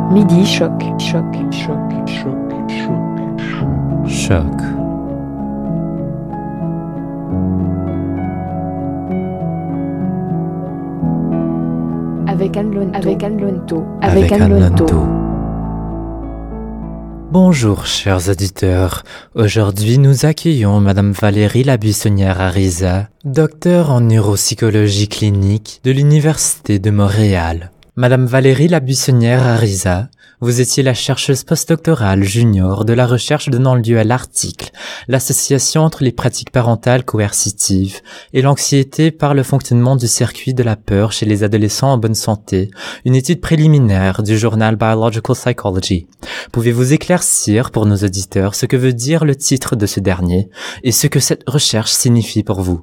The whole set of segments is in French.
Midi Choc. Choc. Avec Anne Lonto. Bonjour chers auditeurs, aujourd'hui nous accueillons Madame Valérie Labuissonnière-Ariza, docteure en neuropsychologie clinique de l'Université de Montréal. Madame Valérie Labuissonnière-Ariza, vous étiez la chercheuse postdoctorale junior de la recherche donnant lieu à l'article « L'association entre les pratiques parentales coercitives et l'anxiété par le fonctionnement du circuit de la peur chez les adolescents en bonne santé », une étude préliminaire du journal Biological Psychology. Pouvez-vous éclaircir pour nos auditeurs ce que veut dire le titre de ce dernier et ce que cette recherche signifie pour vous?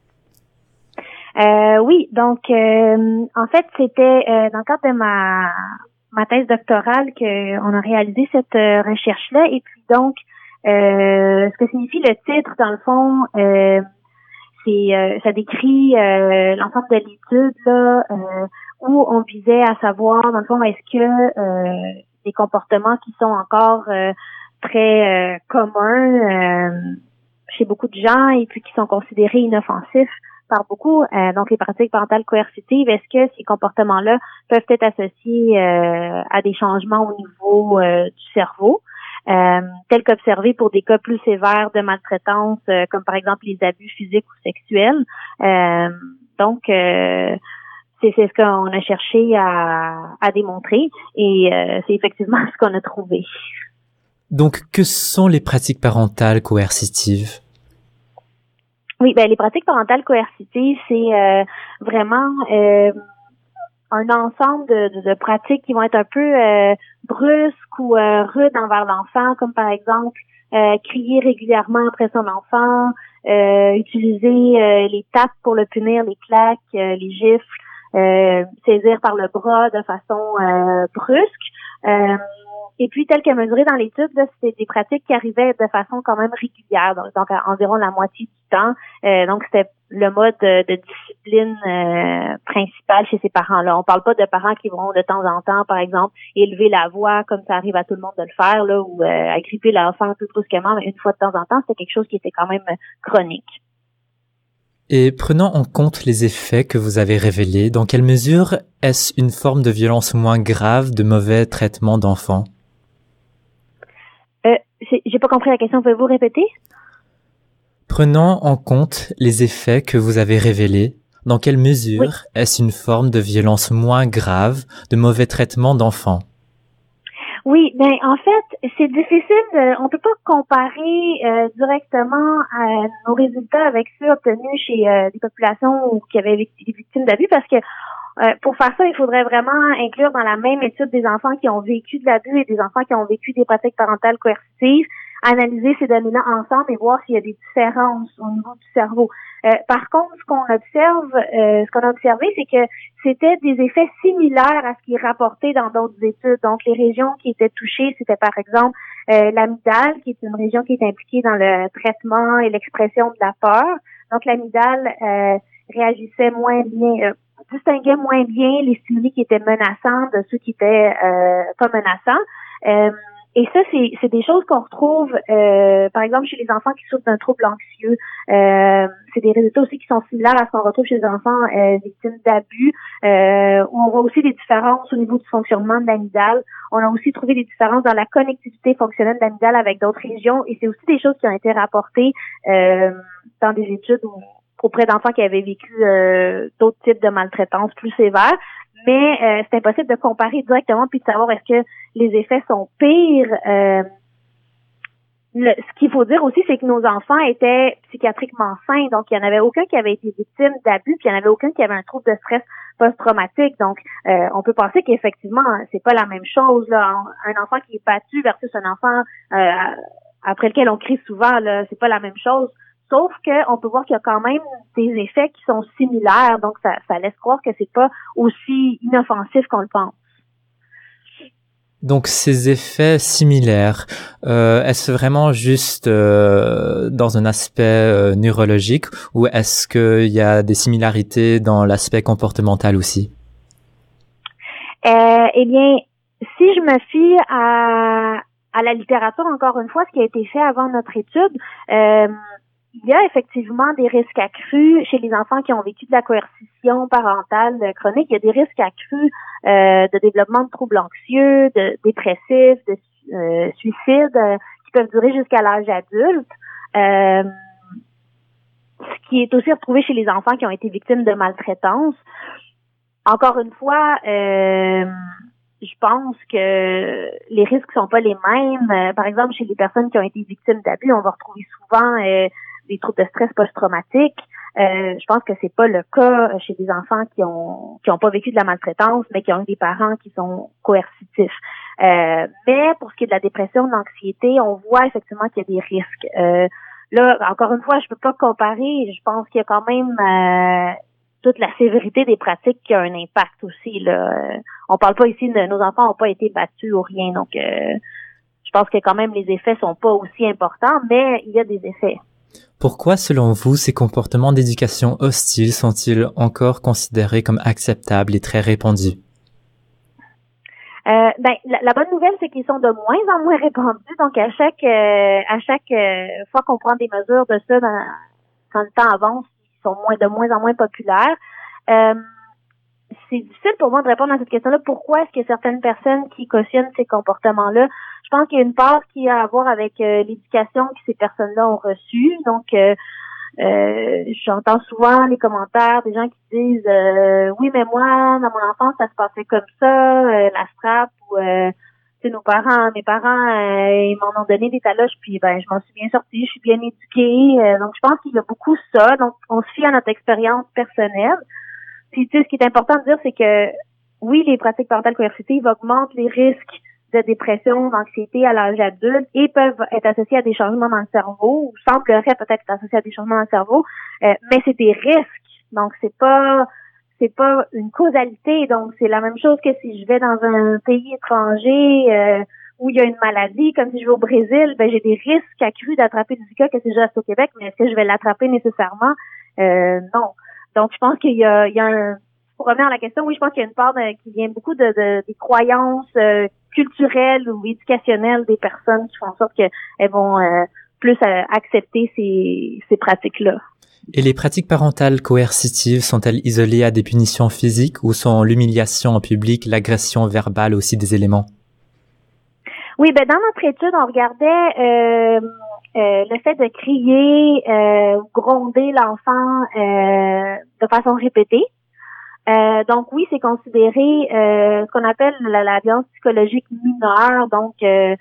Oui, donc en fait, c'était dans le cadre de ma thèse doctorale qu'on a réalisé cette recherche-là. Et puis donc, ce que signifie le titre, dans le fond, ça décrit l'ensemble de l'étude là, où on visait à savoir, dans le fond, est-ce que des comportements qui sont encore très communs chez beaucoup de gens et puis qui sont considérés inoffensifs par beaucoup, donc les pratiques parentales coercitives, est-ce que ces comportements-là peuvent être associés à des changements au niveau du cerveau, tels qu'observés pour des cas plus sévères de maltraitance, comme par exemple les abus physiques ou sexuels. Donc, c'est ce qu'on a cherché à démontrer et c'est effectivement ce qu'on a trouvé. Donc, que sont les pratiques parentales coercitives? Oui, les pratiques parentales coercitives, c'est vraiment un ensemble de pratiques qui vont être un peu brusques ou rudes envers l'enfant, comme par exemple crier régulièrement après son enfant, utiliser les tapes pour le punir, les claques, les gifles, saisir par le bras de façon brusque. Et puis, tel que mesuré dans l'étude, c'était des pratiques qui arrivaient de façon quand même régulière, donc à environ la moitié du temps. Donc, c'était le mode de discipline principal chez ces parents-là. On parle pas de parents qui vont de temps en temps, par exemple, élever la voix comme ça arrive à tout le monde de le faire, là, ou agripper l'enfant tout brusquement, mais une fois de temps en temps, c'était quelque chose qui était quand même chronique. Et prenant en compte les effets que vous avez révélés, dans quelle mesure est-ce une forme de violence moins grave de mauvais traitement d'enfants? J'ai pas compris la question, pouvez-vous répéter? Prenant en compte les effets que vous avez révélés, dans quelle mesure est-ce une forme de violence moins grave de mauvais traitement d'enfants? Oui, en fait, c'est difficile, on peut pas comparer directement nos résultats avec ceux obtenus chez des populations qui avaient été victimes d'abus parce que pour faire ça, il faudrait vraiment inclure dans la même étude des enfants qui ont vécu de l'abus et des enfants qui ont vécu des pratiques parentales coercitives, analyser ces données-là ensemble et voir s'il y a des différences au niveau du cerveau. Par contre, ce qu'on a observé, c'est que c'était des effets similaires à ce qui est rapporté dans d'autres études. Donc, les régions qui étaient touchées, c'était par exemple l'amygdale, qui est une région qui est impliquée dans le traitement et l'expression de la peur. Donc, l'amygdale réagissait moins bien, distinguait moins bien les stimuli qui étaient menaçants de ceux qui étaient pas menaçants. Et ça, c'est des choses qu'on retrouve, par exemple, chez les enfants qui souffrent d'un trouble anxieux. C'est des résultats aussi qui sont similaires à ce qu'on retrouve chez les enfants victimes d'abus. Où on voit aussi des différences au niveau du fonctionnement de l'amygdale. On a aussi trouvé des différences dans la connectivité fonctionnelle de l'amygdale avec d'autres régions. Et c'est aussi des choses qui ont été rapportées dans des études auprès d'enfants qui avaient vécu d'autres types de maltraitance plus sévères. Mais c'est impossible de comparer directement puis de savoir est-ce que les effets sont pires. Ce qu'il faut dire aussi, c'est que nos enfants étaient psychiatriquement sains, donc il n'y en avait aucun qui avait été victime d'abus, puis il n'y en avait aucun qui avait un trouble de stress post-traumatique. Donc, on peut penser qu'effectivement, c'est pas la même chose là. Un enfant qui est battu versus un enfant après lequel on crie souvent, là, c'est pas la même chose. Sauf qu'on peut voir qu'il y a quand même des effets qui sont similaires, donc ça laisse croire que c'est pas aussi inoffensif qu'on le pense. Donc ces effets similaires, est-ce vraiment juste dans un aspect neurologique ou est-ce qu'il y a des similarités dans l'aspect comportemental aussi? Eh bien, si je me fie à la littérature, encore une fois, ce qui a été fait avant notre étude, il y a effectivement des risques accrus chez les enfants qui ont vécu de la coercition parentale chronique. Il y a des risques accrus de développement de troubles anxieux, de dépressifs, de suicides qui peuvent durer jusqu'à l'âge adulte. Ce qui est aussi retrouvé chez les enfants qui ont été victimes de maltraitance. Encore une fois, je pense que les risques sont pas les mêmes. Par exemple, chez les personnes qui ont été victimes d'abus, on va retrouver souvent des troubles de stress post-traumatique. Je pense que c'est pas le cas chez des enfants qui ont pas vécu de la maltraitance, mais qui ont eu des parents qui sont coercitifs. Mais pour ce qui est de la dépression, de l'anxiété, on voit effectivement qu'il y a des risques. Là, encore une fois, je peux pas comparer. Je pense qu'il y a quand même toute la sévérité des pratiques qui a un impact aussi. Là. On parle pas ici de nos enfants n'ont pas été battus ou rien, donc je pense que quand même les effets sont pas aussi importants, mais il y a des effets. Pourquoi, selon vous, ces comportements d'éducation hostiles sont-ils encore considérés comme acceptables et très répandus? La bonne nouvelle, c'est qu'ils sont de moins en moins répandus. Donc, à chaque fois qu'on prend des mesures de ça, quand le temps avance, ils sont de moins en moins populaires. C'est difficile pour moi de répondre à cette question-là. Pourquoi est-ce qu'il y a certaines personnes qui cautionnent ces comportements-là? Je pense qu'il y a une part qui a à voir avec l'éducation que ces personnes-là ont reçue. Donc, j'entends souvent les commentaires des gens qui disent oui, mais moi, dans mon enfance, ça se passait comme ça, la strap ou mes parents, ils m'en ont donné des taloches, puis je m'en suis bien sortie, je suis bien éduquée. Donc, je pense qu'il y a beaucoup ça. Donc, on se fie à notre expérience personnelle. Puis, ce qui est important de dire, c'est que oui, les pratiques parentales coercitives augmentent les risques de dépression, d'anxiété à l'âge adulte et peuvent être associés à des changements dans le cerveau, ou sembleraient peut-être être associés à des changements dans le cerveau, mais c'est des risques. Donc, c'est pas une causalité. Donc, c'est la même chose que si je vais dans un pays étranger où il y a une maladie, comme si je vais au Brésil, j'ai des risques accrus d'attraper du Zika que si je reste au Québec, mais est-ce que je vais l'attraper nécessairement? Non. Donc, je pense qu'il y a pour revenir à la question, oui, je pense qu'il y a une part qui vient beaucoup des croyances culturelles ou éducationnelles des personnes qui font en sorte qu'elles vont plus accepter ces pratiques-là. Et les pratiques parentales coercitives sont-elles isolées à des punitions physiques ou sont l'humiliation en public, l'agression verbale aussi des éléments? Oui, dans notre étude, on regardait le fait de crier ou gronder l'enfant de façon répétée. Donc oui, c'est considéré ce qu'on appelle la violence psychologique mineure. Donc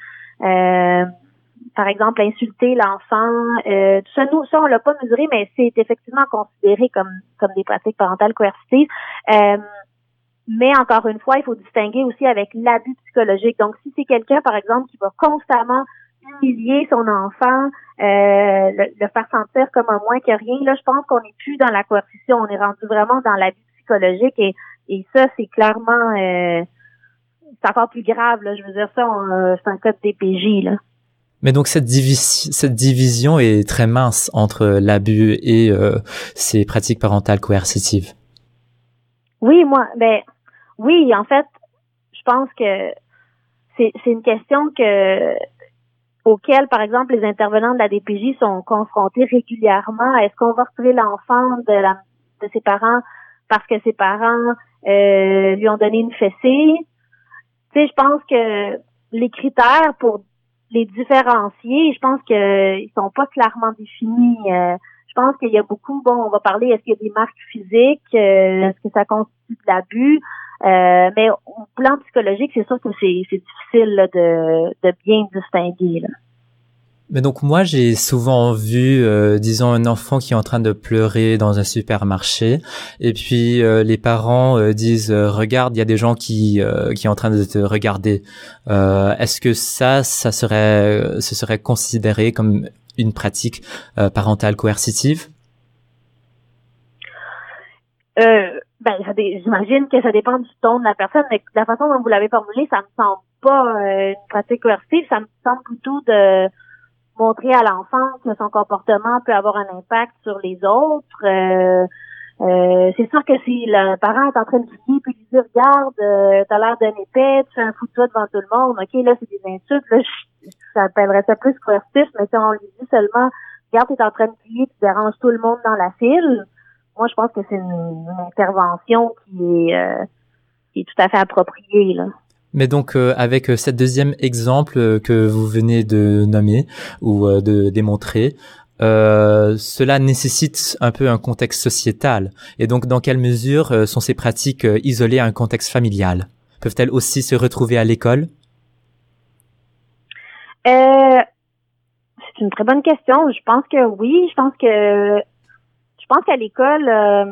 par exemple, insulter l'enfant, tout ça, on l'a pas mesuré, mais c'est effectivement considéré comme des pratiques parentales coercitives. Mais encore une fois, il faut distinguer aussi avec l'abus psychologique. Donc, si c'est quelqu'un, par exemple, qui va constamment humilier son enfant, le faire sentir comme un moins que rien, là, je pense qu'on n'est plus dans la coercition, on est rendu vraiment dans l'abus psychologique et ça, c'est clairement c'est encore plus grave, là. Je veux dire, ça, c'est un cas de DPJ, là. Mais donc cette division est très mince entre l'abus et ces pratiques parentales coercitives. Oui, oui, en fait, je pense que c'est une question auquel, par exemple, les intervenants de la DPJ sont confrontés régulièrement. Est-ce qu'on va retirer l'enfant de ses parents parce que ses parents lui ont donné une fessée? Tu sais, je pense que les critères pour les différencier, je pense qu'ils sont pas clairement définis. Je pense qu'il y a beaucoup, on va parler, est-ce qu'il y a des marques physiques, est-ce que ça constitue de l'abus, mais au plan psychologique, c'est sûr que c'est difficile là, de bien distinguer, là. Mais donc moi j'ai souvent vu disons un enfant qui est en train de pleurer dans un supermarché et puis les parents disent regarde, il y a des gens qui est en train de te regarder. Est-ce que ça serait considéré comme une pratique parentale coercitive? J'imagine que ça dépend du ton de la personne, mais de la façon dont vous l'avez formulé, ça me semble pas une pratique coercitive, ça me semble plutôt de montrer à l'enfant que son comportement peut avoir un impact sur les autres. C'est sûr que si le parent est en train de crier puis lui dit regarde, t'as l'air d'un épais, tu fais un fou de toi devant tout le monde, ok, là c'est des insultes, là ça appellerait ça plus coercitif, mais si on lui dit seulement regarde, t'es en train de crier, tu déranges tout le monde dans la file, moi je pense que c'est une intervention qui est tout à fait appropriée, là. Mais donc, avec cet deuxième exemple que vous venez de nommer ou de démontrer, cela nécessite un peu un contexte sociétal. Et donc, dans quelle mesure sont ces pratiques isolées à un contexte familial? Peuvent-elles aussi se retrouver à l'école? C'est une très bonne question. Je pense que oui. Je pense qu'à l'école,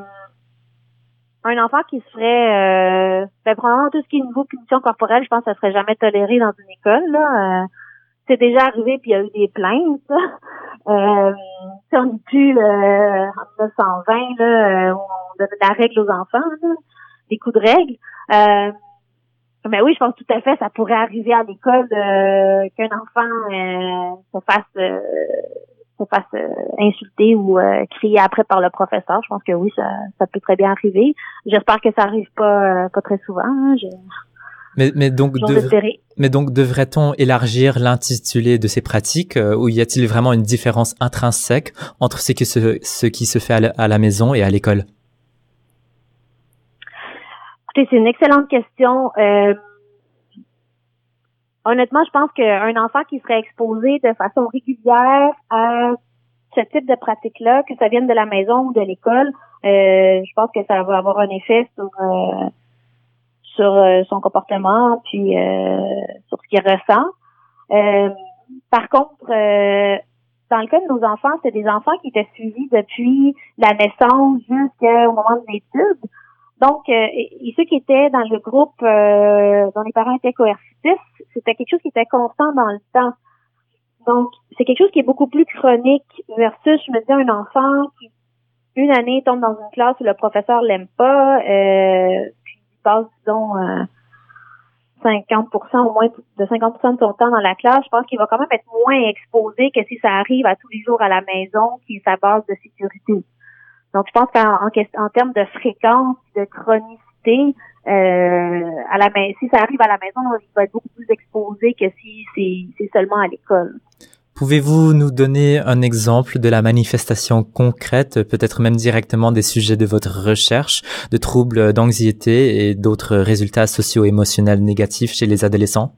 un enfant qui se ferait, probablement tout ce qui est niveau punition corporelle, je pense que ça serait jamais toléré dans une école, là. C'est déjà arrivé puis il y a eu des plaintes. Si on n'est plus en 1920 là, où on donne la règle aux enfants, là, des coups de règle. Mais oui, je pense tout à fait, ça pourrait arriver à l'école qu'un enfant se fasse insulter ou crier après par le professeur. Je pense que oui, ça peut très bien arriver. J'espère que ça arrive pas très souvent. Hein. Mais donc devrait-on élargir l'intitulé de ces pratiques ou y a-t-il vraiment une différence intrinsèque entre ce qui se fait à la maison et à l'école? Écoutez, c'est une excellente question. Honnêtement, je pense qu'un enfant qui serait exposé de façon régulière à ce type de pratique-là, que ça vienne de la maison ou de l'école, je pense que ça va avoir un effet sur son comportement puis sur ce qu'il ressent. Par contre, dans le cas de nos enfants, c'est des enfants qui étaient suivis depuis la naissance jusqu'au moment de l'étude. Donc, et ceux qui étaient dans le groupe dont les parents étaient coercitifs, c'était quelque chose qui était constant dans le temps. Donc, c'est quelque chose qui est beaucoup plus chronique versus, je me dis, un enfant qui, une année, tombe dans une classe où le professeur l'aime pas, puis il passe, disons, 50% au moins de 50% de son temps dans la classe, je pense qu'il va quand même être moins exposé que si ça arrive à tous les jours à la maison, qui est sa base de sécurité. Donc, je pense qu'en termes de fréquence, de chronicité, si ça arrive à la maison, il va être beaucoup plus exposé que si c'est seulement à l'école. Pouvez-vous nous donner un exemple de la manifestation concrète, peut-être même directement des sujets de votre recherche, de troubles d'anxiété et d'autres résultats socio-émotionnels négatifs chez les adolescents?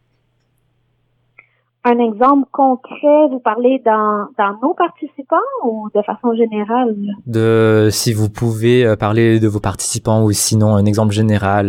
Un exemple concret, vous parlez dans nos participants ou de façon générale? Si vous pouvez parler de vos participants ou sinon un exemple général.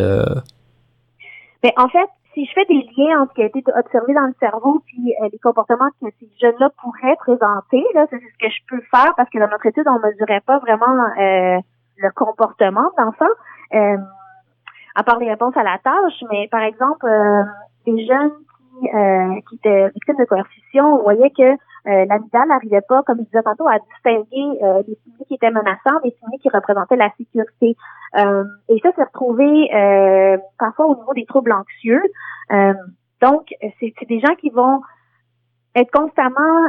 Mais en fait, si je fais des liens entre ce qui a été observé dans le cerveau puis les comportements que ces jeunes-là pourraient présenter, là, c'est ce que je peux faire parce que dans notre étude, on mesurait pas vraiment le comportement de l'enfant, à part les réponses à la tâche, mais par exemple, les jeunes qui étaient victimes de coercition, on voyait que l'amygdale n'arrivait pas, comme je disais tantôt, à distinguer les stimuli qui étaient menaçants des stimuli qui représentaient la sécurité. Et ça s'est retrouvé parfois au niveau des troubles anxieux. Donc, c'est des gens qui vont être constamment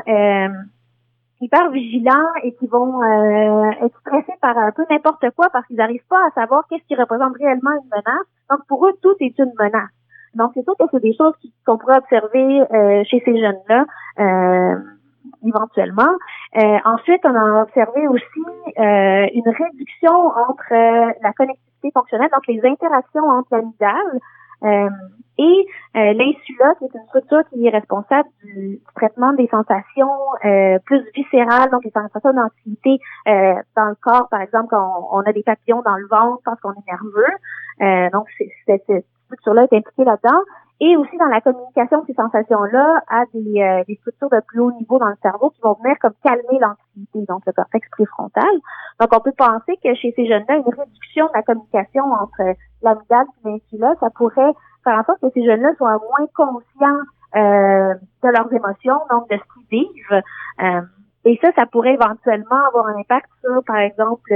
hyper vigilants et qui vont être stressés par un peu n'importe quoi parce qu'ils n'arrivent pas à savoir qu'est-ce qui représente réellement une menace. Donc, pour eux, tout est une menace. Donc, c'est sûr que c'est des choses qu'on pourrait observer chez ces jeunes-là éventuellement. Ensuite, on a observé aussi une réduction entre la connectivité fonctionnelle, donc les interactions entre l'amygdale et l'insula, qui est une structure qui est responsable du traitement des sensations plus viscérales, donc les sensations d'anxiété dans le corps, par exemple, quand on a des papillons dans le ventre parce qu'on est nerveux. Donc, cette structure-là est impliquée là-dedans. Et aussi dans la communication de ces sensations-là à des structures de plus haut niveau dans le cerveau qui vont venir comme calmer l'anxiété, donc le cortex préfrontal. Donc, on peut penser que chez ces jeunes-là, une réduction de la communication entre l'amygdale et l'insula, ça pourrait faire en sorte que ces jeunes-là soient moins conscients de leurs émotions, donc de ce qu'ils vivent. Et ça pourrait éventuellement avoir un impact sur, par exemple,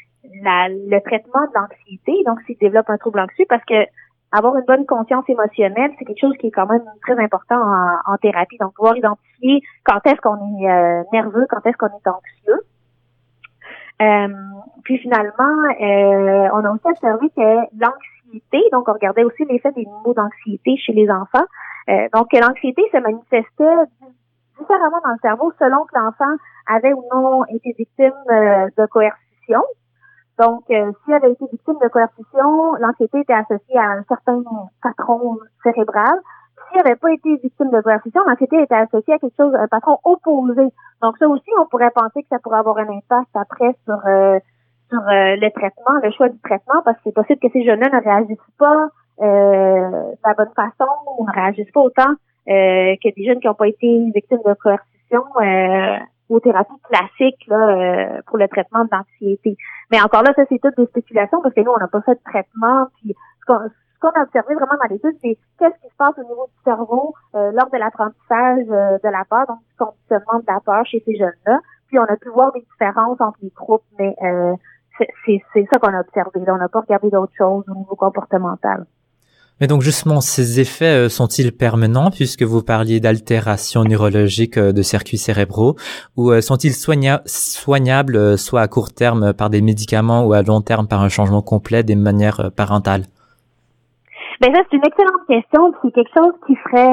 le traitement de l'anxiété, donc s'ils développent un trouble anxieux, parce que avoir une bonne conscience émotionnelle, c'est quelque chose qui est quand même très important en thérapie. Donc, pouvoir identifier quand est-ce qu'on est nerveux, quand est-ce qu'on est anxieux. Puis finalement, on a aussi observé que l'anxiété, donc on regardait aussi l'effet des niveaux d'anxiété chez les enfants. Donc l'anxiété se manifestait différemment dans le cerveau selon que l'enfant avait ou non été victime de coercition. Donc, s'il avait été victime de coercition, l'anxiété était associée à un certain patron cérébral. S'il n'avait pas été victime de coercition, l'anxiété était associée à quelque chose, un patron opposé. Donc, ça aussi, on pourrait penser que ça pourrait avoir un impact après sur le traitement, le choix du traitement, parce que c'est possible que ces jeunes-là ne réagissent pas de la bonne façon ou ne réagissent pas autant que des jeunes qui n'ont pas été victimes de coercition aux thérapies classiques là, pour le traitement de l'anxiété. Mais encore là, ça, c'est toutes des spéculations parce que nous, on n'a pas fait de traitement. Puis ce qu'on a observé vraiment dans l'étude, c'est qu'est-ce qui se passe au niveau du cerveau lors de l'apprentissage de la peur, donc du conditionnement de la peur chez ces jeunes-là. Puis on a pu voir des différences entre les groupes, mais c'est ça qu'on a observé. Là, on n'a pas regardé d'autres choses au niveau comportemental. Mais donc justement, ces effets sont-ils permanents puisque vous parliez d'altération neurologique de circuits cérébraux ou sont-ils soignables soit à court terme par des médicaments ou à long terme par un changement complet des manières parentales? Ben ça, c'est une excellente question. C'est quelque chose qui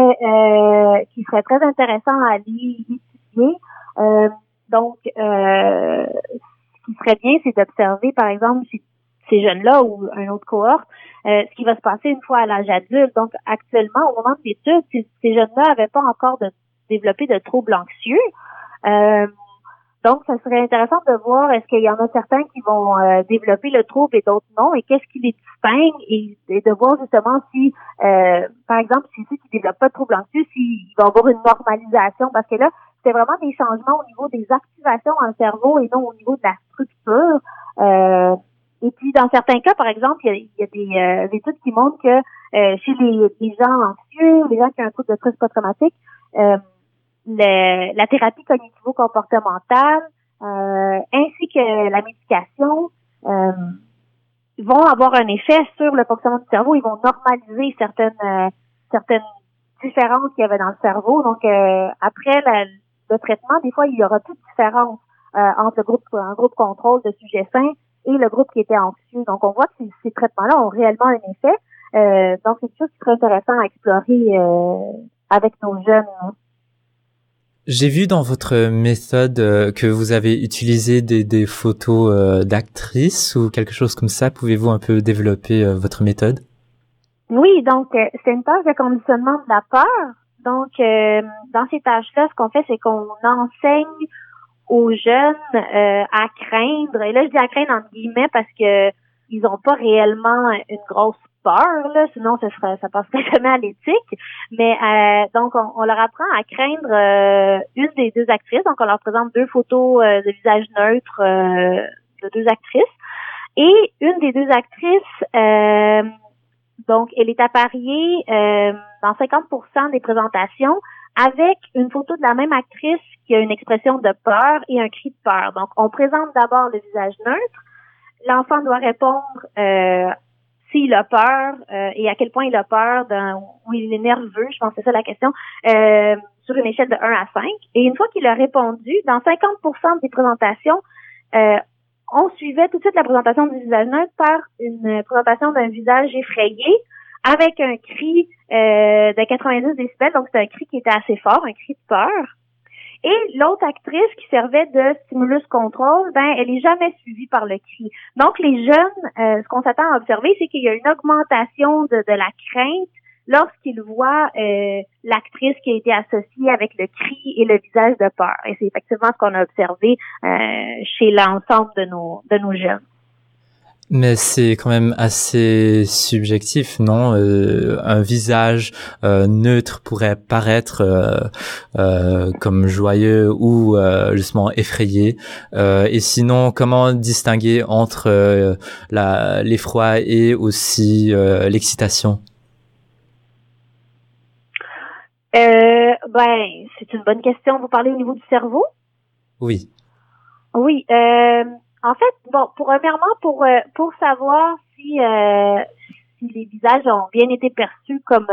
serait très intéressant à aller étudier. Donc, ce qui serait bien, c'est d'observer, par exemple, ces jeunes-là ou un autre cohorte, ce qui va se passer une fois à l'âge adulte. Donc, actuellement, au moment de l'étude, ces jeunes-là n'avaient pas encore développé de troubles anxieux. Donc, ça serait intéressant de voir est-ce qu'il y en a certains qui vont développer le trouble et d'autres non, et qu'est-ce qui les distingue, et de voir justement si, par exemple, si ceux qui développent pas de trouble anxieux, s'il va y avoir une normalisation, parce que là, c'est vraiment des changements au niveau des activations dans le cerveau et non au niveau de la structure. Et puis, dans certains cas, par exemple, il y a des études qui montrent que chez les gens anxieux, les gens qui ont un trouble de stress post-traumatique, la thérapie cognitivo-comportementale ainsi que la médication vont avoir un effet sur le fonctionnement du cerveau. Ils vont normaliser certaines différences qu'il y avait dans le cerveau. Donc, après le traitement, des fois, il y aura plus de différence entre un groupe contrôle de sujets sains et le groupe qui était anxieux. Donc, on voit que ces traitements-là ont réellement un effet. Donc, c'est quelque chose qui serait intéressant à explorer avec nos jeunes. J'ai vu dans votre méthode que vous avez utilisé des photos d'actrices ou quelque chose comme ça. Pouvez-vous un peu développer votre méthode? Oui, donc c'est une tâche de conditionnement de la peur. Donc, dans ces tâches-là, ce qu'on fait, c'est qu'on enseigne aux jeunes à craindre. Et là, je dis à craindre entre guillemets parce que ils n'ont pas réellement une grosse peur, là, sinon ça passerait jamais à l'éthique. Mais donc on leur apprend à craindre une des deux actrices. Donc on leur présente deux photos de visage neutre de deux actrices. Et une des deux actrices, donc elle est appariée dans 50% des présentations avec une photo de la même actrice qui a une expression de peur et un cri de peur. Donc on présente d'abord le visage neutre. L'enfant doit répondre s'il a peur et à quel point il a peur, ou il est nerveux, je pense que c'est ça la question, sur une échelle de 1 à 5. Et une fois qu'il a répondu, dans 50% des présentations, on suivait tout de suite la présentation du visage neutre par une présentation d'un visage effrayé avec un cri de 90 décibels, donc c'est un cri qui était assez fort, un cri de peur. Et l'autre actrice qui servait de stimulus contrôle, elle est jamais suivie par le cri. Donc, les jeunes, ce qu'on s'attend à observer, c'est qu'il y a une augmentation de la crainte lorsqu'ils voient l'actrice qui a été associée avec le cri et le visage de peur. Et c'est effectivement ce qu'on a observé chez l'ensemble de nos jeunes. Mais c'est quand même assez subjectif, non? Un visage neutre pourrait paraître comme joyeux ou justement effrayé. Et sinon, comment distinguer entre l'effroi et aussi l'excitation? C'est une bonne question. Vous parlez au niveau du cerveau? Oui. Oui. En fait, premièrement, pour savoir si les visages ont bien été perçus comme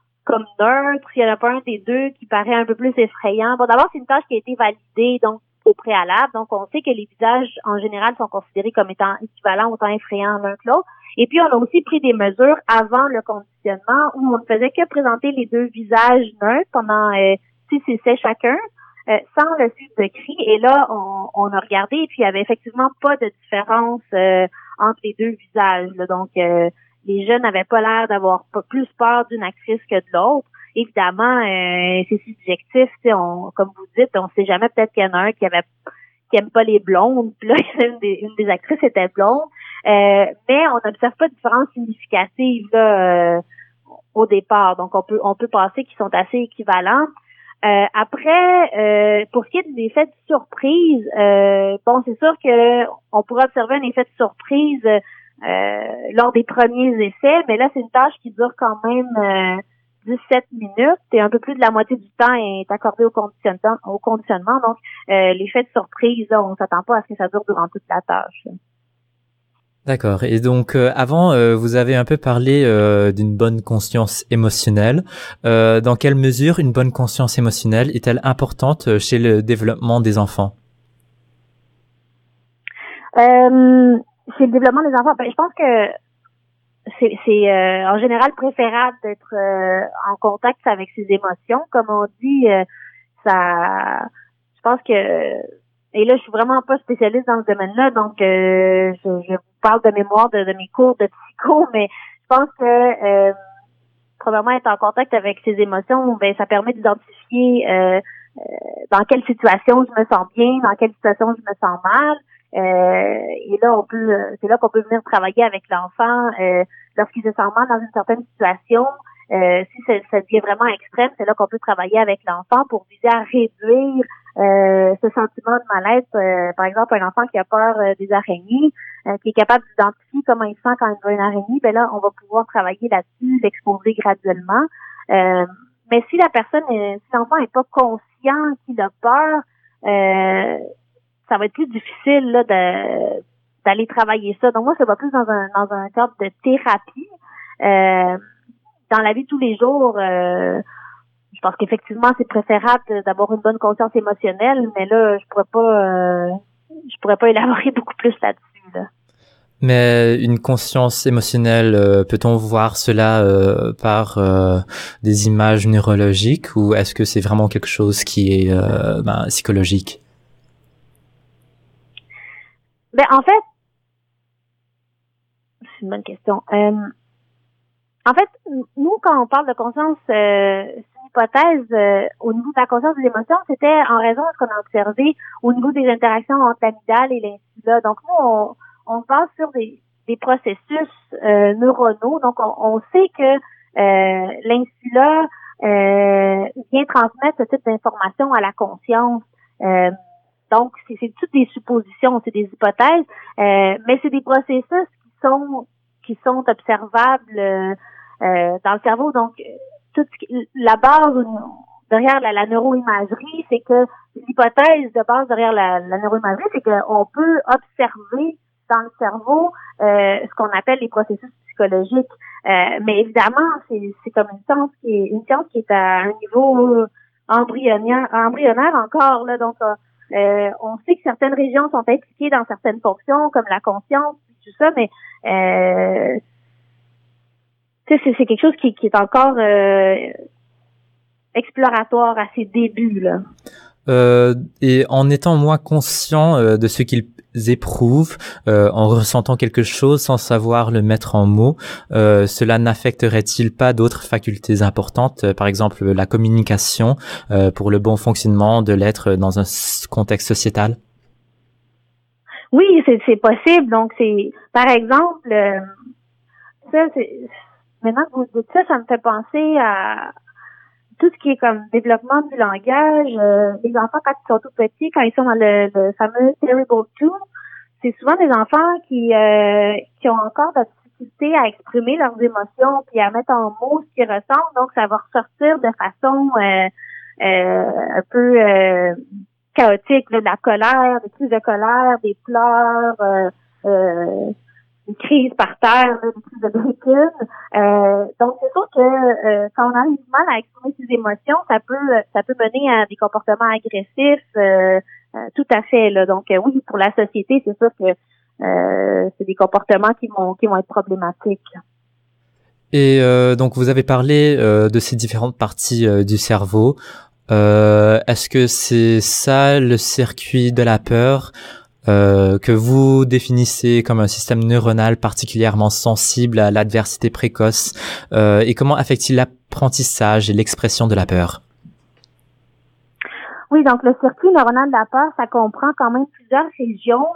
neutres, s'il n'y en a pas un des deux qui paraît un peu plus effrayant. Bon, d'abord, c'est une tâche qui a été validée, donc préalable. Donc, on sait que les visages, en général, sont considérés comme étant équivalents, autant effrayants l'un que l'autre. Et puis, on a aussi pris des mesures avant le conditionnement où on ne faisait que présenter les deux visages neutres pendant 6 essais chacun, sans le suivre de cris. Et là, on a regardé et puis il y avait effectivement pas de différence entre les deux visages, là. Donc, les jeunes n'avaient pas l'air d'avoir plus peur d'une actrice que de l'autre. Évidemment, c'est subjectif, tu sais, comme vous dites, on sait jamais, peut-être qu'il y en a un qui aime pas les blondes, puis là, une des actrices était blonde, mais on n'observe pas de différence significative là, au départ, donc on peut penser qu'ils sont assez équivalents. Après, pour ce qui est de l'effet de surprise, bon, c'est sûr que on pourrait observer un effet de surprise lors des premiers essais, mais là, c'est une tâche qui dure quand même 17 minutes et un peu plus de la moitié du temps est accordé au conditionnement. Donc, l'effet de surprise, là, on s'attend pas à ce que ça dure durant toute la tâche. D'accord. Et donc, avant, vous avez un peu parlé d'une bonne conscience émotionnelle. Dans quelle mesure une bonne conscience émotionnelle est-elle importante chez le développement des enfants? Chez le développement des enfants, je pense que c'est en général préférable d'être en contact avec ses émotions. Comme on dit, je pense que, et là je suis vraiment pas spécialiste dans ce domaine-là, donc je vous parle de mémoire de mes cours de psycho, mais je pense que probablement être en contact avec ses émotions, ben ça permet d'identifier dans quelle situation je me sens bien, dans quelle situation je me sens mal. Et là, c'est là qu'on peut venir travailler avec l'enfant lorsqu'il se sent mal dans une certaine situation. Si ça devient vraiment extrême, c'est là qu'on peut travailler avec l'enfant pour viser à réduire ce sentiment de mal-être. Par exemple, un enfant qui a peur des araignées, qui est capable d'identifier comment il se sent quand il voit une araignée, ben là, on va pouvoir travailler là-dessus, l'exposer graduellement. Mais si l'enfant n'est pas conscient qu'il a peur, ça va être plus difficile là d'aller travailler ça. Donc moi, ça va plus dans un cadre de thérapie. Dans la vie de tous les jours, je pense qu'effectivement, c'est préférable d'avoir une bonne conscience émotionnelle, mais là, je pourrais pas élaborer beaucoup plus là-dessus, là. Mais une conscience émotionnelle, peut-on voir cela par des images neurologiques ou est-ce que c'est vraiment quelque chose qui est psychologique? Ben en fait, c'est une bonne question. En fait, nous, quand on parle de conscience, c'est une hypothèse au niveau de la conscience des émotions, c'était en raison de ce qu'on a observé au niveau des interactions entre l'amygdale et l'insula. Donc, nous, on base sur des processus neuronaux. Donc, on sait que l'insula vient transmettre ce type d'informations à la conscience. Donc, c'est toutes des suppositions, c'est des hypothèses, mais c'est des processus qui sont observables dans le cerveau. Donc, la base derrière la neuroimagerie, c'est que l'hypothèse de base derrière la neuroimagerie, c'est qu'on peut observer dans le cerveau ce qu'on appelle les processus psychologiques. Mais évidemment, c'est comme une science qui est à un niveau embryonnaire encore là. Donc, on sait que certaines régions sont impliquées dans certaines fonctions, comme la conscience, tout ça, mais c'est quelque chose qui est encore exploratoire à ses débuts, là. Et en étant moins conscient de ce qu'ils éprouvent, en ressentant quelque chose sans savoir le mettre en mots, cela n'affecterait-il pas d'autres facultés importantes, par exemple la communication, pour le bon fonctionnement de l'être dans un contexte sociétal? Oui, c'est possible. Donc, c'est, par exemple, maintenant que vous dites ça, ça me fait penser à tout ce qui est comme développement du langage. Les enfants, quand ils sont tout petits, quand ils sont dans le fameux Terrible 2, c'est souvent des enfants qui ont encore de la difficulté à exprimer leurs émotions puis à mettre en mots ce qu'ils ressentent. Donc, ça va ressortir de façon un peu chaotique, là, de la colère, des crises de colère, des pleurs, une crise par terre, là, une crise de bricune. Donc, c'est sûr que quand on arrive mal à exprimer ses émotions, ça peut mener à des comportements agressifs, Tout à fait, là. Donc, oui, pour la société, c'est sûr que c'est des comportements qui vont être problématiques. Et donc vous avez parlé de ces différentes parties du cerveau. Est-ce que c'est ça le circuit de la peur que vous définissez comme un système neuronal particulièrement sensible à l'adversité précoce et comment affecte-t-il l'apprentissage et l'expression de la peur? Oui, donc le circuit neuronal de la peur, ça comprend quand même plusieurs régions.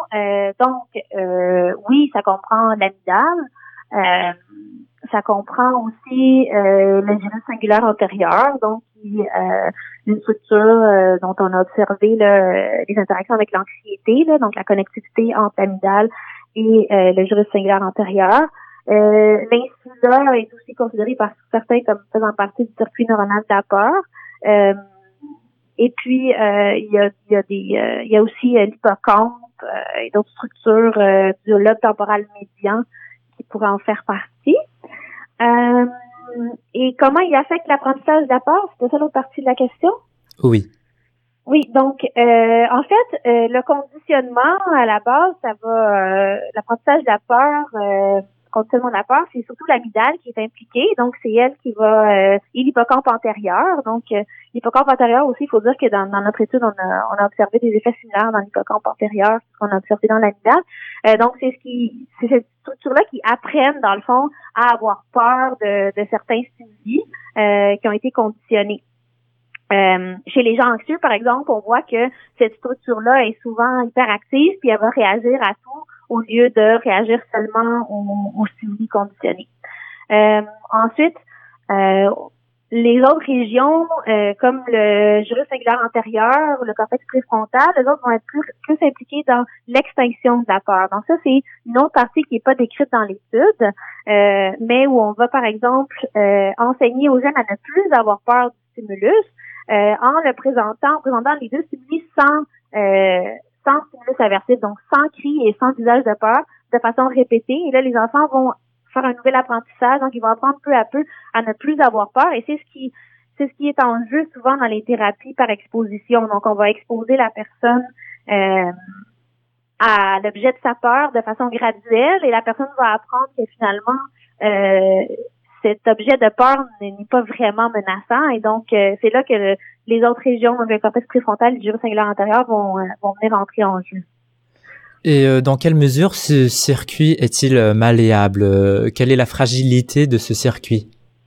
Oui, ça comprend l'amygdale. Ça comprend aussi le gyrus singulaire antérieur, donc qui une structure dont on a observé les interactions avec l'anxiété, donc la connectivité entre l'amygdale et le gyrus singulaire antérieur. L'insula est aussi considéré par certains comme faisant partie du circuit neuronal de la peur. Et puis il y a aussi l'hippocampe et d'autres structures du lobe temporal médian qui pourraient en faire partie. Et comment il affecte l'apprentissage de la peur? C'était ça l'autre partie de la question? Oui. Oui, donc en fait, le conditionnement à la base, ça va l'apprentissage de la peur, conditionnement de la peur, c'est surtout l'amygdale qui est impliquée, donc c'est elle qui va et l'hippocampe antérieur. Donc l'hippocampe antérieur aussi, il faut dire que dans notre étude, on a observé des effets similaires dans l'hippocampe antérieur qu'on a observé dans l'amygdale. Donc c'est cette structure-là qui apprennent dans le fond à avoir peur de certains stimuli qui ont été conditionnés. Chez les gens anxieux, par exemple, on voit que cette structure-là est souvent hyperactive, puis elle va réagir à tout au lieu de réagir seulement aux stimuli conditionnés. Ensuite, les autres régions, comme le gyrus singulaire antérieur, le cortex préfrontal, les autres vont être plus impliqués dans l'extinction de la peur. Donc ça, c'est une autre partie qui n'est pas décrite dans l'étude, mais où on va, par exemple, enseigner aux jeunes à ne plus avoir peur du stimulus, en présentant les deux stimuli sans stimulus aversif, donc sans cri et sans visage de peur, de façon répétée. Et là, les enfants vont faire un nouvel apprentissage, donc ils vont apprendre peu à peu à ne plus avoir peur. Et c'est ce qui est en jeu souvent dans les thérapies par exposition. Donc, on va exposer la personne à l'objet de sa peur de façon graduelle, et la personne va apprendre que finalement cet objet de peur n'est pas vraiment menaçant, et donc c'est là que les autres régions, donc le cortex préfrontal et le gyrus singulaire antérieur vont venir entrer en jeu. Et dans quelle mesure ce circuit est-il malléable? Quelle est la fragilité de ce circuit?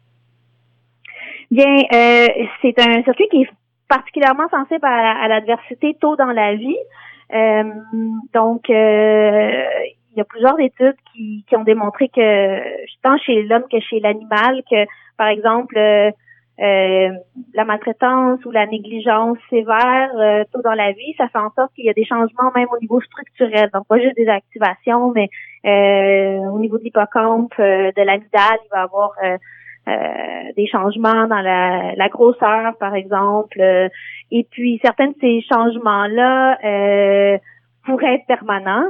Bien, c'est un circuit qui est particulièrement sensible à l'adversité tôt dans la vie. Donc, il y a plusieurs études qui ont démontré que tant chez l'homme que chez l'animal, que par exemple la maltraitance ou la négligence sévère tôt dans la vie, ça fait en sorte qu'il y a des changements même au niveau structurel, donc pas juste des activations, mais au niveau de l'hippocampe, de l'amygdale, il va y avoir des changements dans la grosseur, par exemple, et puis certains de ces changements-là pourraient être permanents,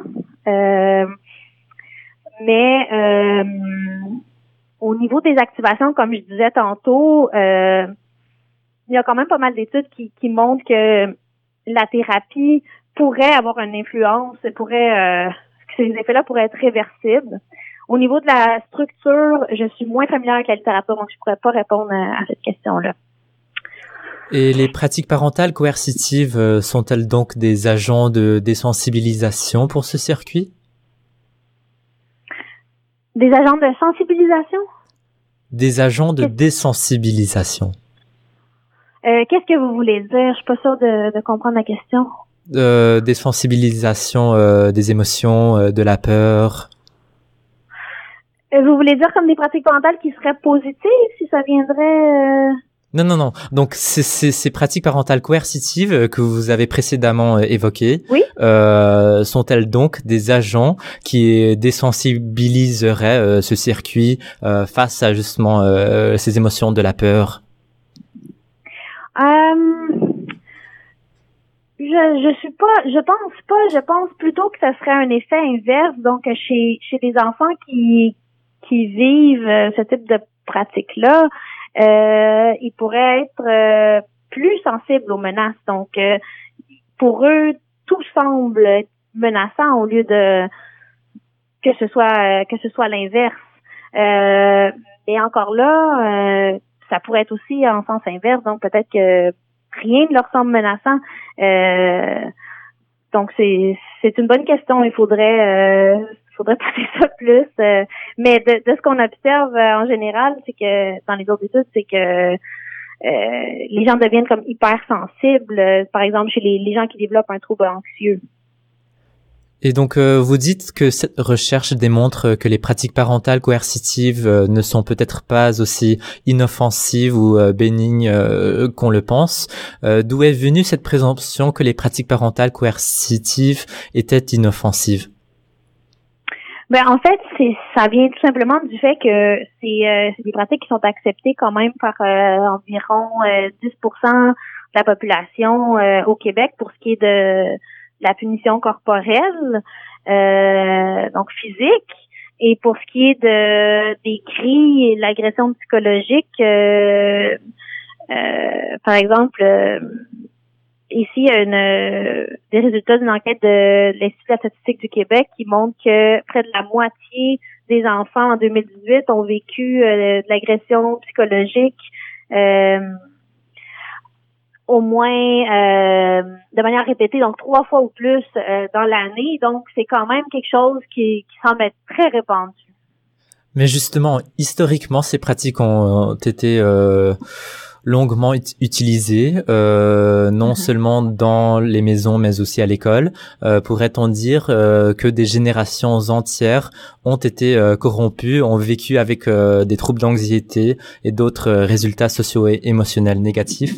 mais au niveau des activations, comme je disais tantôt, il y a quand même pas mal d'études qui montrent que la thérapie pourrait avoir une influence, que ces effets-là pourraient être réversibles. Au niveau de la structure, je suis moins familière avec la littérature, donc je pourrais pas répondre à cette question-là. Et les pratiques parentales coercitives sont-elles donc des agents de désensibilisation pour ce circuit? Des agents de sensibilisation? Des agents de désensibilisation. Qu'est-ce que vous voulez dire? Je suis pas sûre de comprendre la question. Désensibilisation des émotions, de la peur. Vous voulez dire comme des pratiques parentales qui seraient positives, si ça viendrait... Non. Donc, ces pratiques parentales coercitives que vous avez précédemment évoquées, oui? Sont-elles donc des agents qui désensibiliseraient ce circuit face à justement ces émotions de la peur? Je pense plutôt que ça serait un effet inverse, donc chez les enfants qui vivent ce type de pratique-là, ils pourraient être plus sensibles aux menaces. Donc, pour eux, tout semble menaçant au lieu de que ce soit l'inverse. Et encore là, ça pourrait être aussi en sens inverse, donc peut-être que rien ne leur semble menaçant. Donc c'est une bonne question. Il faudrait poser ça plus. Mais de ce qu'on observe en général, c'est que dans les autres études, c'est que les gens deviennent comme hypersensibles, par exemple chez les gens qui développent un trouble anxieux. Et donc, vous dites que cette recherche démontre que les pratiques parentales coercitives ne sont peut-être pas aussi inoffensives ou bénignes qu'on le pense. D'où est venue cette présomption que les pratiques parentales coercitives étaient inoffensives? Ben en fait, ça vient tout simplement du fait que c'est des pratiques qui sont acceptées quand même par environ 10% de la population au Québec pour ce qui est de la punition corporelle, donc physique, et pour ce qui est des cris et l'agression psychologique, par exemple, ici, il y a des résultats d'une enquête de l'Institut de la statistique du Québec qui montrent que près de la moitié des enfants en 2018 ont vécu de l'agression psychologique au moins de manière répétée, donc 3 fois ou plus dans l'année. Donc, c'est quand même quelque chose qui semble être très répandu. Mais justement, historiquement, ces pratiques ont été longuement utilisées, non seulement dans les maisons, mais aussi à l'école. Pourrait-on dire que des générations entières ont été corrompues, ont vécu avec des troubles d'anxiété et d'autres résultats socio et émotionnels négatifs?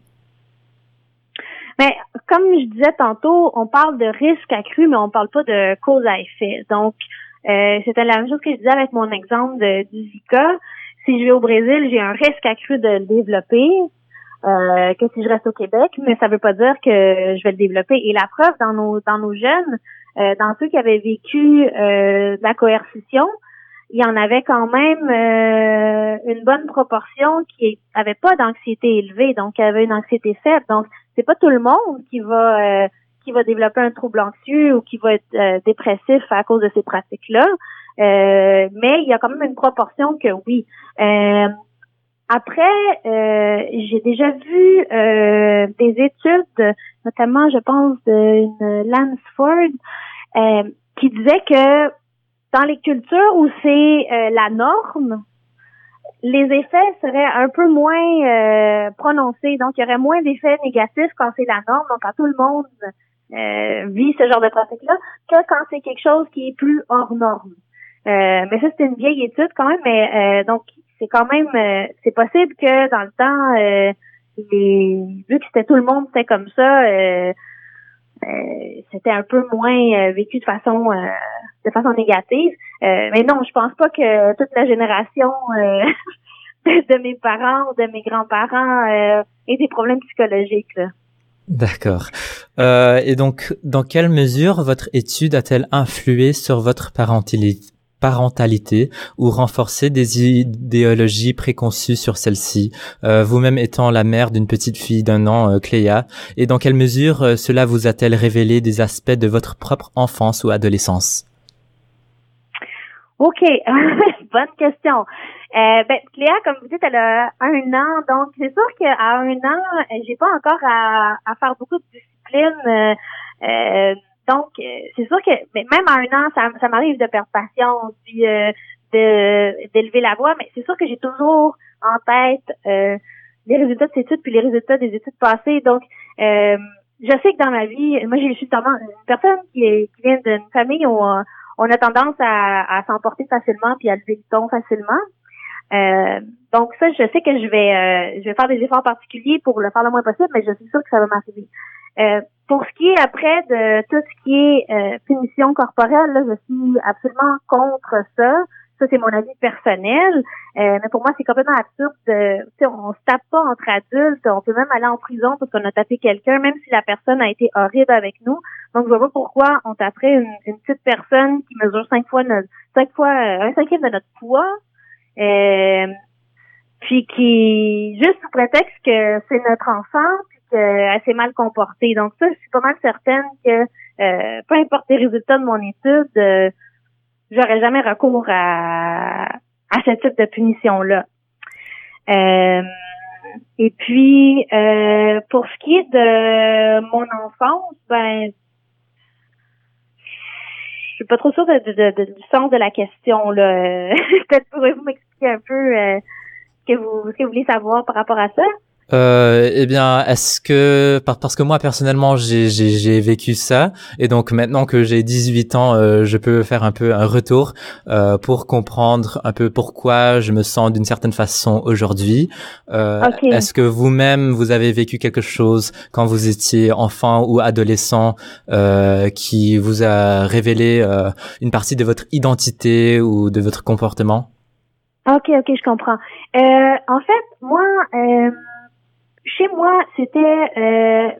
Mais comme je disais tantôt, on parle de risque accru, mais on parle pas de cause à effet. Donc, c'était la même chose que je disais avec mon exemple du Zika. Si je vais au Brésil, j'ai un risque accru de le développer que si je reste au Québec, mais ça veut pas dire que je vais le développer. Et la preuve, dans nos jeunes, dans ceux qui avaient vécu de la coercition, il y en avait quand même une bonne proportion qui avait pas d'anxiété élevée, donc qui avait une anxiété faible. Donc, c'est pas tout le monde qui va développer un trouble anxieux ou qui va être dépressif à cause de ces pratiques-là. Mais il y a quand même une proportion que oui. Après, j'ai déjà vu des études, notamment, je pense, d'une Lansford, qui disait que dans les cultures où c'est la norme, les effets seraient un peu moins prononcés. Donc, il y aurait moins d'effets négatifs quand c'est la norme, donc quand tout le monde vit ce genre de pratique-là, que quand c'est quelque chose qui est plus hors norme. Mais ça, c'est une vieille étude quand même, mais donc c'est quand même c'est possible que dans le temps, vu que c'était tout le monde c'était comme ça, c'était un peu moins vécu de façon négative. Mais non, je pense pas que toute la génération de mes parents ou de mes grands-parents ait des problèmes psychologiques, là. D'accord. Et donc, dans quelle mesure votre étude a-t-elle influé sur votre parentalité ou renforcé des idéologies préconçues sur celle-ci, vous-même étant la mère d'une petite fille d'1 an, Cléa, et dans quelle mesure cela vous a-t-elle révélé des aspects de votre propre enfance ou adolescence? OK. Bonne question. Cléa, comme vous dites, elle a 1 an, donc c'est sûr qu'à 1 an, j'ai pas encore à faire beaucoup de discipline. Donc, c'est sûr que même à 1 an, ça m'arrive de perdre patience, puis d'élever la voix, mais c'est sûr que j'ai toujours en tête les résultats de ces études puis les résultats des études passées. Donc, je sais que dans ma vie, moi, je suis tendance une personne qui vient d'une famille où on a tendance à s'emporter facilement puis à lever le ton facilement. Donc ça, je sais que je vais faire des efforts particuliers pour le faire le moins possible, mais je suis sûre que ça va m'arriver. Pour ce qui est après de tout ce qui est punition corporelle, là, je suis absolument contre ça. Ça, c'est mon avis personnel. Mais pour moi, c'est complètement absurde. On se tape pas entre adultes. On peut même aller en prison parce qu'on a tapé quelqu'un, même si la personne a été horrible avec nous. Donc, je vois pas pourquoi on taperait une petite personne qui mesure 5 fois un cinquième de notre poids. Puis qui, juste sous prétexte que c'est notre enfant, puis qu'elle s'est mal comportée. Donc ça, je suis pas mal certaine que peu importe les résultats de mon étude, j'aurais jamais recours à ce type de punition-là. Et puis, pour ce qui est de mon enfance, ben, je suis pas trop sûre du sens de la question, là. Peut-être pourrez-vous m'expliquer un peu ce que vous voulez savoir par rapport à ça? Eh bien, est-ce que parce que moi personnellement j'ai vécu ça et donc maintenant que j'ai 18 ans, je peux faire un peu un retour pour comprendre un peu pourquoi je me sens d'une certaine façon aujourd'hui. Okay. Est-ce que vous-même vous avez vécu quelque chose quand vous étiez enfant ou adolescent qui vous a révélé une partie de votre identité ou de votre comportement? Ok, je comprends. En fait, moi, chez moi, c'était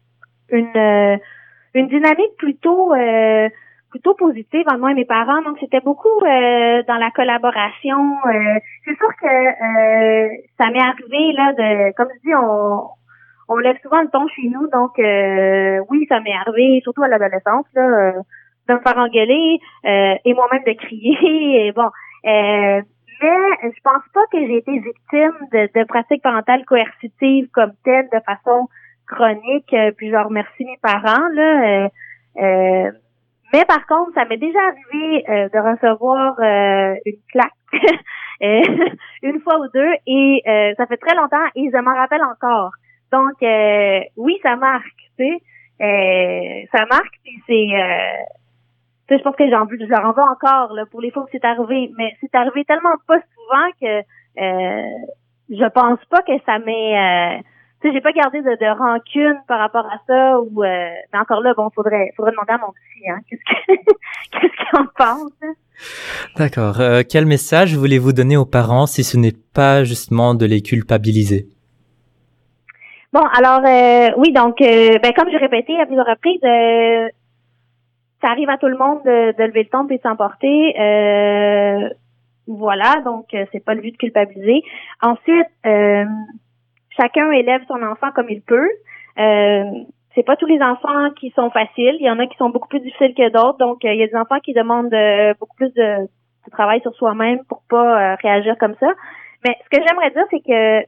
une dynamique plutôt positive entre moi et mes parents. Donc, c'était beaucoup dans la collaboration. C'est sûr que ça m'est arrivé là de, comme je dis, on lève souvent le ton chez nous. Donc, oui, ça m'est arrivé, surtout à l'adolescence, là, de me faire engueuler et moi-même de crier. Et bon. Mais je pense pas que j'ai été victime de pratiques parentales coercitives comme telles de façon chronique. Puis je remercie mes parents là. Mais par contre, ça m'est déjà arrivé de recevoir une claque une fois ou deux et ça fait très longtemps et je m'en rappelle encore. Donc oui, ça marque, tu sais. Ça marque puis c'est je pense que j'en veux encore là pour les fois où c'est arrivé, mais c'est arrivé tellement pas souvent que je pense pas que ça m'est j'ai pas gardé de rancune par rapport à ça ou mais encore là, bon, faudrait demander à mon psy, hein, qu'est-ce qu'il en pense. Hein? D'accord. Quel message voulez-vous donner aux parents si ce n'est pas justement de les culpabiliser? Bon, alors oui, donc ben comme j'ai répété à plusieurs reprises, ça arrive à tout le monde de lever le ton et de s'emporter. Voilà, donc c'est pas le but de culpabiliser. Ensuite, chacun élève son enfant comme il peut. C'est pas tous les enfants qui sont faciles. Il y en a qui sont beaucoup plus difficiles que d'autres. Donc, il y a des enfants qui demandent beaucoup plus de travail sur soi-même pour pas réagir comme ça. Mais ce que j'aimerais dire, c'est que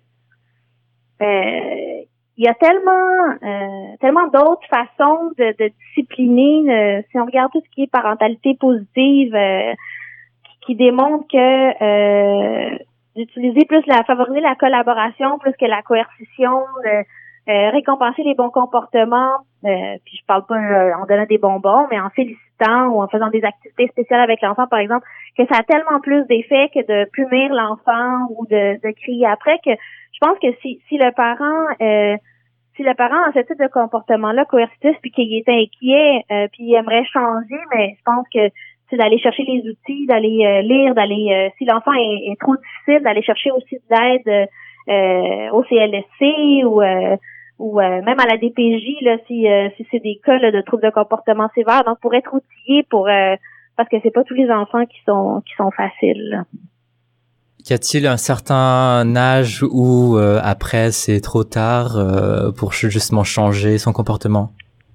il y a tellement d'autres façons de discipliner. Si on regarde tout ce qui est parentalité positive, qui démontre que d'utiliser plus favoriser la collaboration plus que la coercition, récompenser les bons comportements, puis je parle pas en donnant des bonbons, mais en félicitant ou en faisant des activités spéciales avec l'enfant, par exemple, que ça a tellement plus d'effet que de punir l'enfant ou de crier après, que je pense que si le parent a ce type de comportement-là coercitif puis qu'il est inquiet puis il aimerait changer, mais je pense que c'est d'aller chercher les outils, d'aller lire, si l'enfant est trop difficile, d'aller chercher aussi de l'aide au CLSC ou même à la DPJ là si c'est des cas là, de troubles de comportement sévères, donc pour être outillé parce que c'est pas tous les enfants qui sont faciles. Là. Y a-t-il un certain âge où après c'est trop tard pour justement changer son comportement?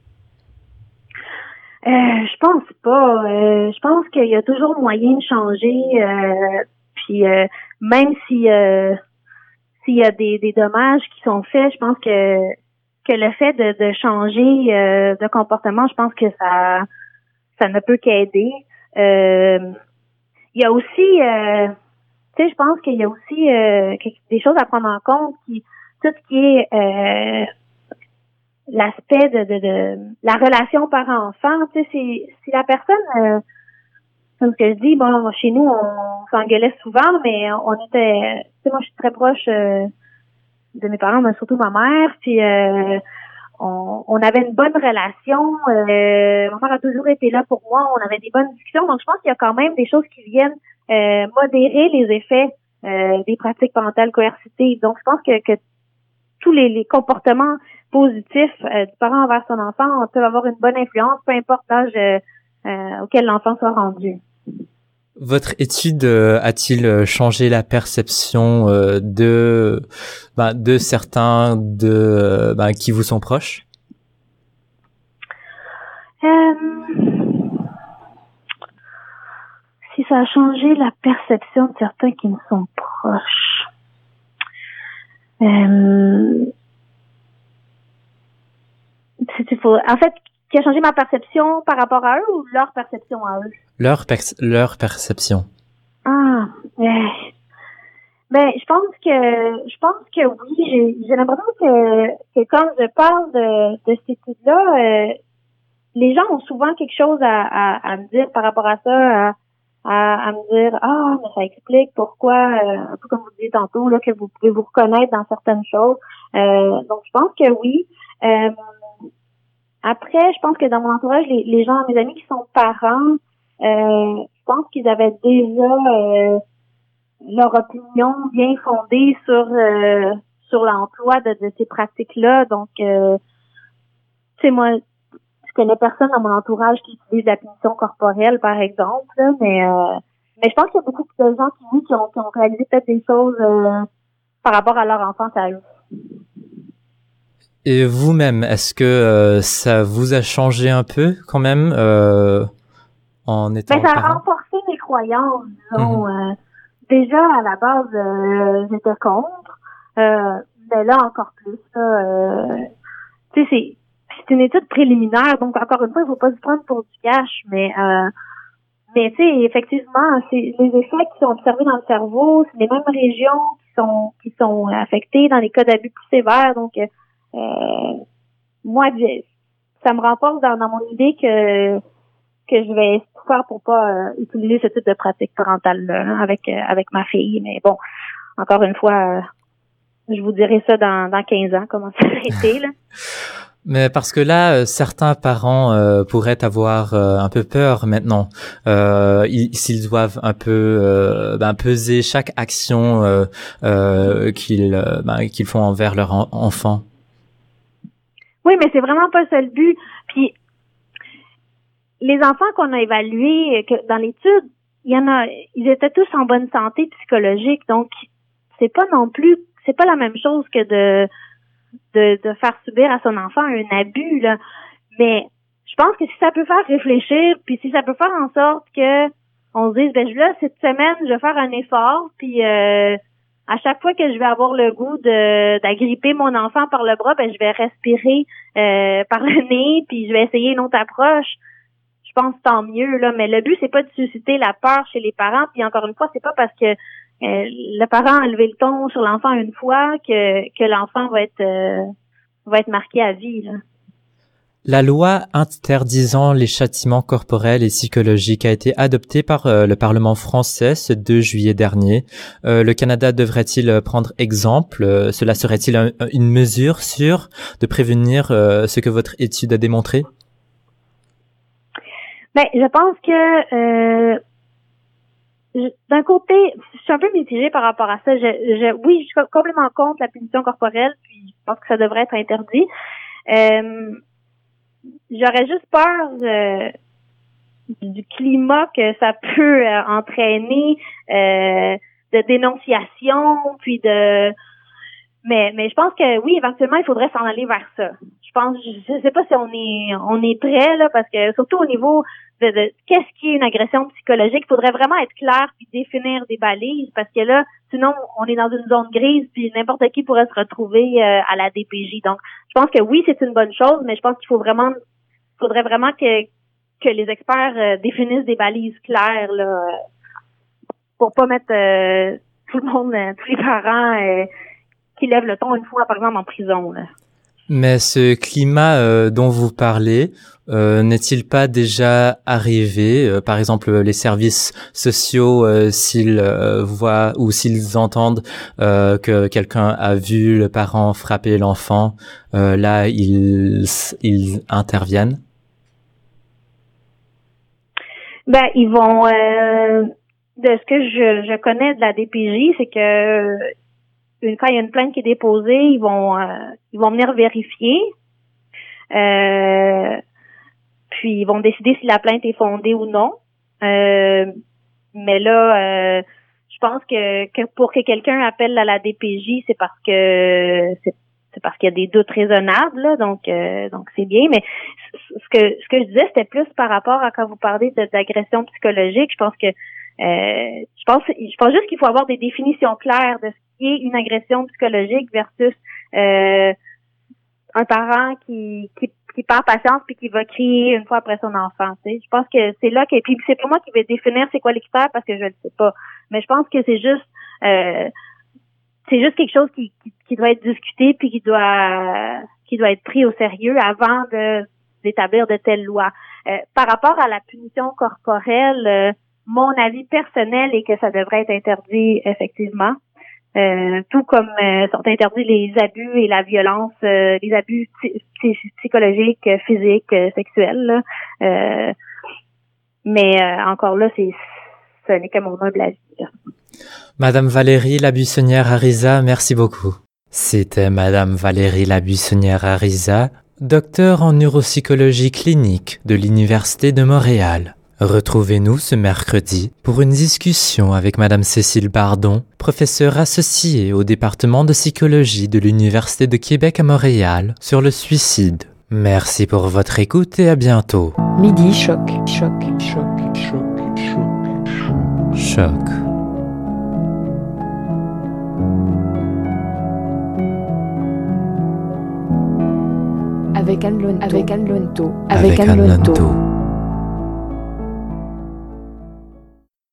Je pense pas. Je pense qu'il y a toujours moyen de changer. Puis même s'il y a des dommages qui sont faits, je pense que le fait de changer de comportement, je pense que ça ne peut qu'aider. Il y a aussi je pense qu'il y a aussi des choses à prendre en compte tout ce qui est l'aspect de la relation parent-enfant, tu sais, si la personne comme ce que je dis, bon, chez nous on s'engueulait souvent, mais on était, tu sais, moi je suis très proche de mes parents, mais surtout ma mère, puis on avait une bonne relation, ma mère a toujours été là pour moi, on avait des bonnes discussions, donc je pense qu'il y a quand même des choses qui viennent modérer les effets des pratiques parentales coercitives. Donc, je pense que tous les comportements positifs du parent envers son enfant peuvent avoir une bonne influence, peu importe l'âge auquel l'enfant soit rendu. Votre étude a-t-il changé la perception de certains qui vous sont proches? Si ça a changé la perception de certains qui me sont proches. En fait, qui a changé ma perception par rapport à eux ou leur perception à eux? Leur perception. Ah, ben, je pense que oui, j'ai l'impression que quand je parle de cette étude-là, les gens ont souvent quelque chose à me dire par rapport à ça, à me dire, mais ça explique pourquoi, un peu comme vous disiez tantôt, là, que vous pouvez vous reconnaître dans certaines choses. Donc, je pense que oui. Après, je pense que dans mon entourage, les gens, mes amis qui sont parents, je pense qu'ils avaient déjà leur opinion bien fondée sur l'emploi de ces pratiques-là. Donc, tu sais, moi, je connais personne dans mon entourage qui utilise la punition corporelle, par exemple, là, mais je pense qu'il y a beaucoup de gens qui ont réalisé peut-être des choses par rapport à leur enfance à eux. Et vous-même, est-ce que ça vous a changé un peu quand même en étant ça a parent? renforcé mes croyances, disons. Déjà, à la base, j'étais contre. Mais là, encore plus. Tu sais, c'est une étude préliminaire, donc encore une fois, il faut pas se prendre pour du cash, mais tu sais, effectivement, c'est les effets qui sont observés dans le cerveau, c'est les mêmes régions qui sont affectées dans les cas d'abus plus sévères. Donc, moi, ça me renforce dans mon idée que je vais tout faire pour pas utiliser ce type de pratique parentale avec ma fille. Mais bon, encore une fois, je vous dirai ça dans 15 ans, comment ça a été, là. Mais parce que là, certains parents pourraient avoir un peu peur maintenant, s'ils doivent un peu peser chaque action qu'ils font envers leur enfant. Oui, mais c'est vraiment pas ça le but. Puis les enfants qu'on a évalués dans l'étude, ils étaient tous en bonne santé psychologique, donc c'est pas la même chose que de faire subir à son enfant un abus, là. Mais je pense que si ça peut faire réfléchir, puis si ça peut faire en sorte que on se dise, ben là, cette semaine, je vais faire un effort, puis à chaque fois que je vais avoir le goût d'agripper mon enfant par le bras, ben je vais respirer par le nez, puis je vais essayer une autre approche. Je pense tant mieux, là. Mais le but, c'est pas de susciter la peur chez les parents, puis encore une fois, c'est pas parce que le parent a levé le ton sur l'enfant une fois que l'enfant va être marqué à vie, là. La loi interdisant les châtiments corporels et psychologiques a été adoptée par le Parlement français ce 2 juillet dernier. Le Canada devrait-il prendre exemple? Cela serait-il une mesure sûre de prévenir ce que votre étude a démontré? Ben, je pense que d'un côté, je suis un peu mitigée par rapport à ça. Oui, je suis complètement contre la punition corporelle, puis je pense que ça devrait être interdit. J'aurais juste peur du climat que ça peut entraîner, de dénonciation, puis mais je pense que oui, éventuellement, il faudrait s'en aller vers ça. Je sais pas si on est prêt, là, parce que surtout au niveau de qu'est-ce qui est une agression psychologique, il faudrait vraiment être clair puis définir des balises, parce que là, sinon, on est dans une zone grise puis n'importe qui pourrait se retrouver à la DPJ. Donc, je pense que oui, c'est une bonne chose, mais je pense qu'il faudrait vraiment que les experts définissent des balises claires, là, pour pas mettre tout le monde, tous les parents qui lèvent le ton une fois, par exemple, en prison, là. Mais ce climat dont vous parlez, n'est-il pas déjà arrivé? Par exemple, les services sociaux, s'ils voient ou s'ils entendent que quelqu'un a vu le parent frapper l'enfant, là, ils interviennent? Ben, ils vont... de ce que je connais de la DPJ, c'est que quand il y a une plainte qui est déposée, ils vont venir vérifier. Puis ils vont décider si la plainte est fondée ou non. Mais là, je pense que pour que quelqu'un appelle à la DPJ, c'est parce que c'est parce qu'il y a des doutes raisonnables, là, donc c'est bien. Mais ce que je disais, c'était plus par rapport à quand vous parlez d'agression psychologique. Je pense que je pense juste qu'il faut avoir des définitions claires de ce qui est une agression psychologique versus un parent qui perd patience puis qui va crier une fois après son enfant. Tu sais. Je pense que c'est là que puis c'est pas moi qui vais définir c'est quoi les critères parce que je le sais pas. Mais je pense que c'est juste quelque chose qui doit être discuté puis qui doit être pris au sérieux avant d'établir de telles lois. Par rapport à la punition corporelle, mon avis personnel est que ça devrait être interdit effectivement. Tout comme sont interdits les abus et la violence, les abus psychologiques, physiques, sexuels. Là. Mais encore là, ce n'est que mon humble avis. Là. Madame Valérie Labuissonnière-Ariza, merci beaucoup. C'était Madame Valérie Labuissonnière-Ariza, docteure en neuropsychologie clinique de l'Université de Montréal. Retrouvez-nous ce mercredi pour une discussion avec Madame Cécile Bardon, professeure associée au département de psychologie de l'Université de Québec à Montréal, sur le suicide. Merci pour votre écoute et à bientôt. Midi Choc. Choc. Avec Anne Lonto. Avec Anne Lonto.